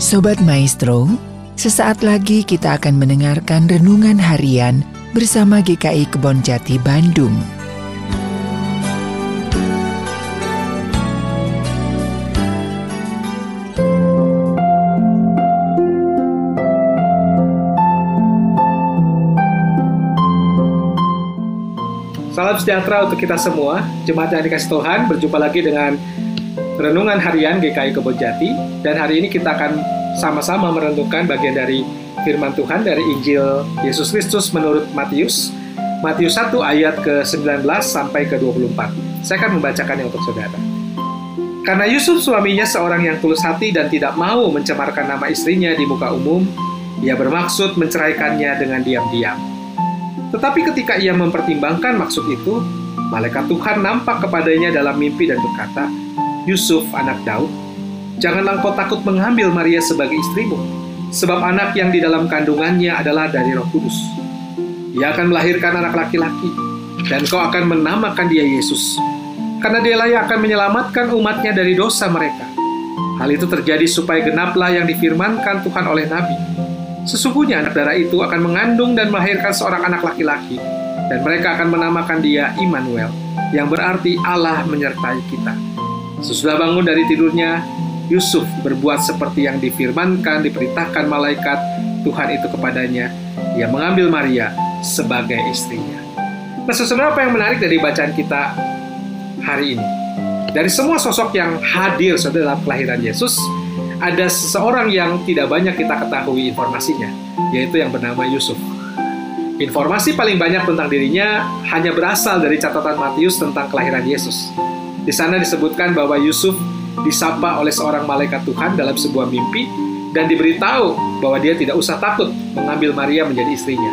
Sobat Maestro, sesaat lagi kita akan mendengarkan renungan harian bersama GKI Kebonjati Bandung. Salam sejahtera untuk kita semua, jemaat yang dikasih Tuhan. Berjumpa lagi dengan renungan harian GKI Kebonjati. Dan hari ini kita akan sama-sama merenungkan bagian dari firman Tuhan dari Injil Yesus Kristus menurut Matius 1 ayat ke-19 sampai ke-24. Saya akan membacakannya untuk saudara. Karena Yusuf suaminya seorang yang tulus hati dan tidak mau mencemarkan nama istrinya di muka umum, ia bermaksud menceraikannya dengan diam-diam. Tetapi ketika ia mempertimbangkan maksud itu, malaikat Tuhan nampak kepadanya dalam mimpi dan berkata, "Yusuf, anak Daud, janganlah engkau takut mengambil Maria sebagai istrimu, sebab anak yang di dalam kandungannya adalah dari Roh Kudus. Ia akan melahirkan anak laki-laki, dan engkau akan menamakan dia Yesus, karena dialah yang akan menyelamatkan umatnya dari dosa mereka. Hal itu terjadi supaya genaplah yang difirmankan Tuhan oleh Nabi. Sesungguhnya anak darah itu akan mengandung dan melahirkan seorang anak laki-laki, dan mereka akan menamakan dia Immanuel, yang berarti Allah menyertai kita." Sesudah bangun dari tidurnya, Yusuf berbuat seperti yang diperintahkan malaikat Tuhan itu kepadanya. Ia mengambil Maria sebagai istrinya. Nah, saudara, apa yang menarik dari bacaan kita hari ini? Dari semua sosok yang hadir dalam kelahiran Yesus, ada seseorang yang tidak banyak kita ketahui informasinya, yaitu yang bernama Yusuf. Informasi paling banyak tentang dirinya hanya berasal dari catatan Matius tentang kelahiran Yesus. Di sana disebutkan bahwa Yusuf disapa oleh seorang malaikat Tuhan dalam sebuah mimpi dan diberitahu bahwa dia tidak usah takut mengambil Maria menjadi istrinya.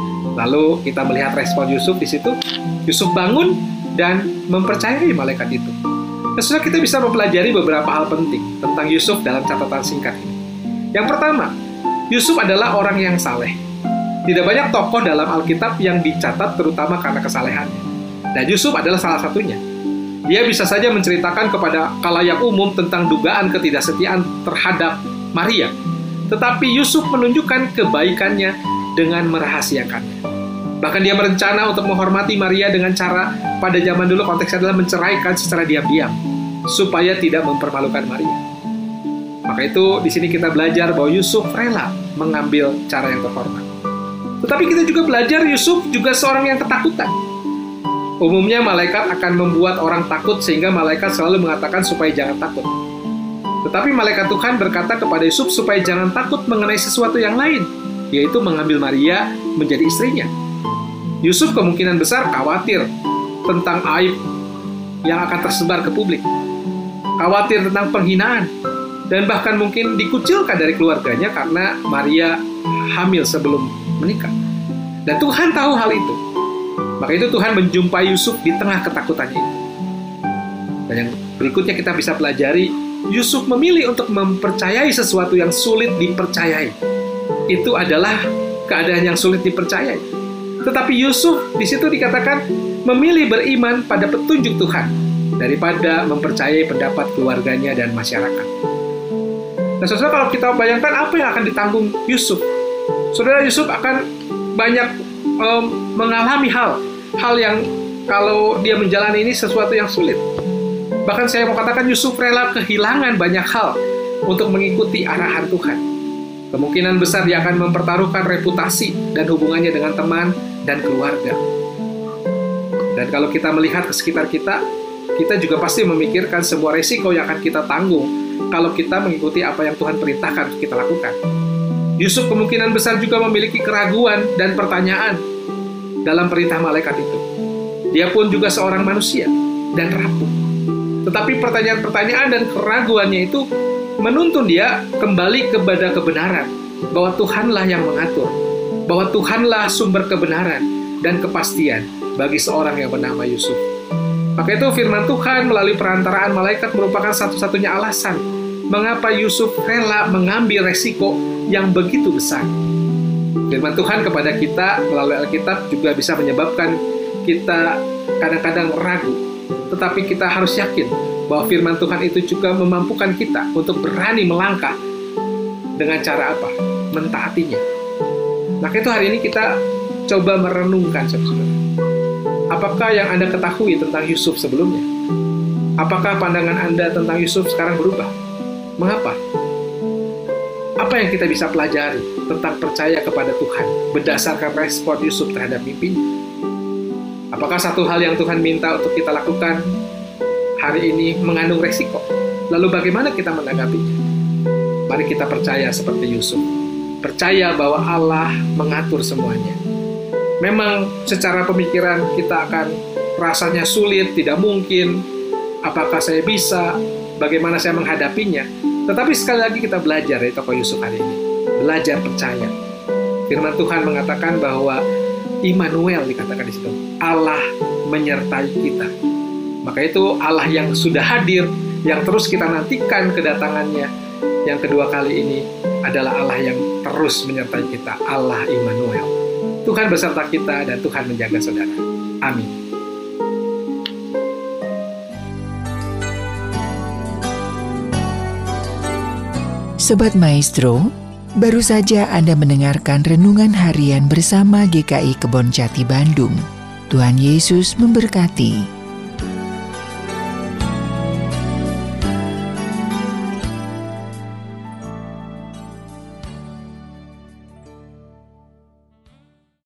Lalu kita melihat respon Yusuf di situ. Yusuf bangun dan mempercayai malaikat itu. Nah, sudah kita bisa mempelajari beberapa hal penting tentang Yusuf dalam catatan singkat ini. Yang pertama, Yusuf adalah orang yang saleh. Tidak banyak tokoh dalam Alkitab yang dicatat terutama karena kesalehannya. Dan Yusuf adalah salah satunya. Dia bisa saja menceritakan kepada khalayak umum tentang dugaan ketidaksetiaan terhadap Maria. Tetapi Yusuf menunjukkan kebaikannya dengan merahasiakannya. Bahkan dia berencana untuk menghormati Maria dengan cara, pada zaman dulu konteksnya adalah menceraikan secara diam-diam, supaya tidak mempermalukan Maria. Maka itu di sini kita belajar bahwa Yusuf rela mengambil cara yang terhormat. Tetapi kita juga belajar Yusuf juga seorang yang ketakutan. Umumnya malaikat akan membuat orang takut sehingga malaikat selalu mengatakan supaya jangan takut. Tetapi malaikat Tuhan berkata kepada Yusuf supaya jangan takut mengenai sesuatu yang lain, yaitu mengambil Maria menjadi istrinya. Yusuf kemungkinan besar khawatir tentang aib yang akan tersebar ke publik, khawatir tentang penghinaan, dan bahkan mungkin dikucilkan dari keluarganya karena Maria hamil sebelum menikah. Dan Tuhan tahu hal itu. Maka itu Tuhan menjumpai Yusuf di tengah ketakutannya itu. Dan yang berikutnya kita bisa pelajari, Yusuf memilih untuk mempercayai sesuatu yang sulit dipercayai. Itu adalah keadaan yang sulit dipercayai. Tetapi Yusuf di situ dikatakan memilih beriman pada petunjuk Tuhan daripada mempercayai pendapat keluarganya dan masyarakat. Nah, saudara, kalau kita bayangkan apa yang akan ditanggung Yusuf, saudara, Yusuf akan banyak mengalami hal yang kalau dia menjalani ini sesuatu yang sulit. Bahkan saya mau katakan Yusuf rela kehilangan banyak hal untuk mengikuti arahan Tuhan. Kemungkinan besar dia akan mempertaruhkan reputasi dan hubungannya dengan teman dan keluarga. Dan kalau kita melihat ke sekitar kita, kita juga pasti memikirkan semua resiko yang akan kita tanggung kalau kita mengikuti apa yang Tuhan perintahkan untuk kita lakukan. Yusuf kemungkinan besar juga memiliki keraguan dan pertanyaan dalam perintah malaikat itu. Dia pun juga seorang manusia dan rapuh. Tetapi pertanyaan-pertanyaan dan keraguannya itu menuntun dia kembali kepada kebenaran, bahwa Tuhanlah yang mengatur, bahwa Tuhanlah sumber kebenaran dan kepastian bagi seorang yang bernama Yusuf. Maka itu firman Tuhan melalui perantaraan malaikat merupakan satu-satunya alasan mengapa Yusuf rela mengambil resiko yang begitu besar. Firman Tuhan kepada kita melalui Alkitab juga bisa menyebabkan kita kadang-kadang ragu. Tetapi kita harus yakin bahwa firman Tuhan itu juga memampukan kita untuk berani melangkah Dengan cara apa? Mentaatinya. Maka itu hari ini kita coba merenungkan, saudara. Apakah yang Anda ketahui tentang Yusuf sebelumnya? Apakah pandangan Anda tentang Yusuf sekarang berubah? Mengapa? Apa yang kita bisa pelajari tentang percaya kepada Tuhan berdasarkan respon Yusuf terhadap mimpinya? Apakah satu hal yang Tuhan minta untuk kita lakukan hari ini mengandung resiko? Lalu bagaimana kita menanggapinya? Mari kita percaya seperti Yusuf. Percaya bahwa Allah mengatur semuanya. Memang secara pemikiran kita akan rasanya sulit, tidak mungkin. Apakah saya bisa? Bagaimana saya menghadapinya? Tetapi sekali lagi kita belajar dari tokoh Yusuf hari ini. Belajar percaya. Firman Tuhan mengatakan bahwa Immanuel dikatakan di situ. Allah menyertai kita. Maka itu Allah yang sudah hadir, yang terus kita nantikan kedatangannya. Yang kedua kali ini adalah Allah yang terus menyertai kita. Allah Immanuel. Tuhan beserta kita dan Tuhan menjaga saudara. Amin. Sobat Maestro, baru saja Anda mendengarkan Renungan Harian bersama GKI Kebon Jati Bandung. Tuhan Yesus memberkati.